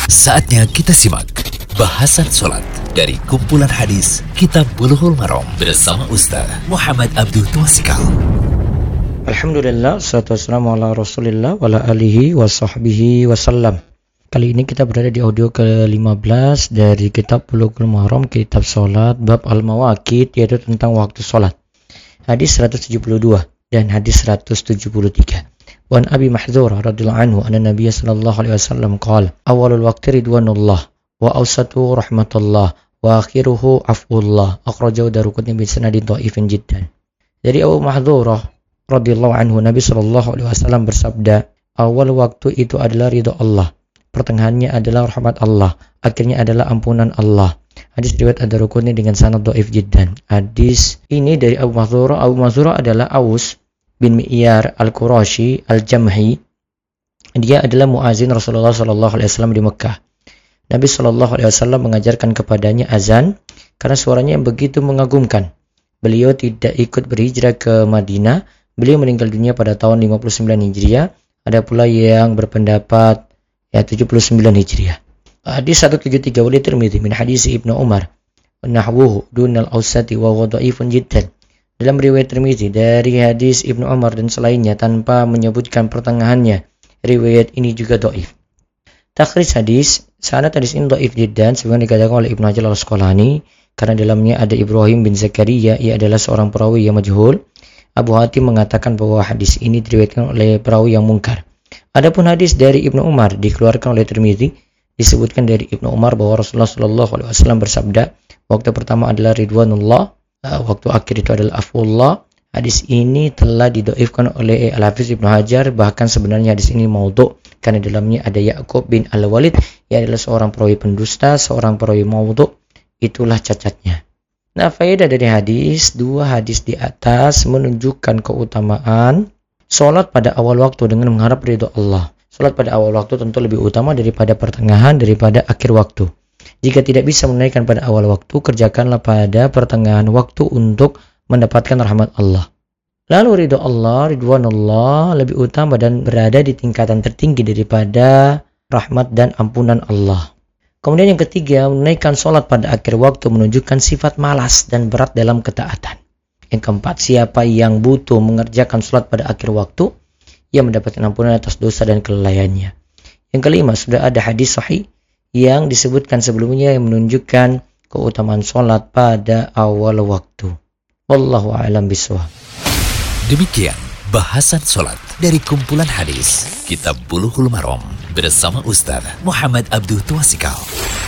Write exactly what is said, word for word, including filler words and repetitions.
Saatnya kita simak bahasan sholat dari kumpulan hadis Kitab Bulughul Maram bersama Ustaz Muhammad Abdul Twasikal. Alhamdulillah, salatu wassalamu ala rasulillah wa ala alihi wa sahbihi wasallam. Kali ini kita berada di audio ke lima belas dari Kitab Bulughul Maram, Kitab Sholat, Bab Al-Mawaqit, yaitu tentang waktu sholat. Hadis seratus tujuh puluh dua dan hadis seratus tujuh puluh tiga. Wan Abi Mahdzurah radhiyallahu anhu anna Nabiy sallallahu alaihi wasallam qala awalul waqti ridwanullah wa awsatu rahmatullah wa akhiruhu afullah, akhrajahu Daruqutni bi sanadin dhaifin jiddan. Dari Abu Mahdzurah radhiyallahu anhu, Nabi sallallahu alaihi wasallam bersabda, awal waktu itu adalah ridha Allah, pertengahannya adalah rahmat Allah, akhirnya adalah ampunan Allah. Hadis riwayat Ad-Daruqutni dengan sanad dhaif jiddan. Hadis ini dari Abu Mahdzurah. Abu Mahdzurah adalah Aus bin Mi'yar al-Qurashi al-Jamhi. Dia adalah muazin Rasulullah sallallahu alaihi wasallam di Mekah. Nabi sallallahu alaihi wasallam mengajarkan kepadanya azan karena suaranya yang begitu mengagumkan. Beliau tidak ikut berhijrah ke Madinah. Beliau meninggal dunia pada tahun lima puluh sembilan Hijriah. Ada pula yang berpendapat ya tujuh puluh sembilan Hijriah. Hadis seratus tujuh puluh tiga wali Tirmidzi min hadis Ibnu Umar nahwuhu dunal awsati wa huwa dhaifun jiddan. Dalam riwayat Tirmidzi dari hadis Ibnu Umar dan selainnya tanpa menyebutkan pertengahannya, riwayat ini juga dhaif. Takhrij hadis, sanad hadis ini dhaif jiddan sebagaimana dikatakan oleh Ibnu Hajar al-Asqalani karena dalamnya ada Ibrahim bin Zakaria, ia adalah seorang perawi yang majhul. Abu Hatim mengatakan bahwa hadis ini diriwayatkan oleh perawi yang mungkar. Adapun hadis dari Ibnu Umar dikeluarkan oleh Tirmidzi, disebutkan dari Ibnu Umar bahwa Rasulullah sallallahu alaihi wasallam bersabda, waktu pertama adalah ridwanullah, waktu akhir itu adalah afullah. Hadis ini telah didhaifkan oleh Al-Hafiz Ibnu Hajar, bahkan sebenarnya hadis ini maudhu karena dalamnya ada Ya'qub bin Al-Walid, ia adalah seorang perawi pendusta, seorang perawi maudhu. Itulah cacatnya. Nah, faedah dari hadis, dua hadis di atas menunjukkan keutamaan sholat pada awal waktu dengan mengharap ridho Allah. Sholat pada awal waktu tentu lebih utama daripada pertengahan, daripada akhir waktu. Jika tidak bisa menunaikan pada awal waktu, kerjakanlah pada pertengahan waktu untuk mendapatkan rahmat Allah. Lalu ridho Allah, ridwanullah lebih utama dan berada di tingkatan tertinggi daripada rahmat dan ampunan Allah. Kemudian yang ketiga, menunaikan sholat pada akhir waktu menunjukkan sifat malas dan berat dalam ketaatan. Yang keempat, siapa yang butuh mengerjakan sholat pada akhir waktu, ia mendapatkan ampunan atas dosa dan kelalaiannya. Yang kelima, sudah ada hadis sahih yang disebutkan sebelumnya yang menunjukkan keutamaan sholat pada awal waktu. Wallahu a'lam bishawab. Demikian bahasan sholat dari kumpulan hadis Kitab Bulughul Maram bersama Ustaz Muhammad Abdul Twasikal.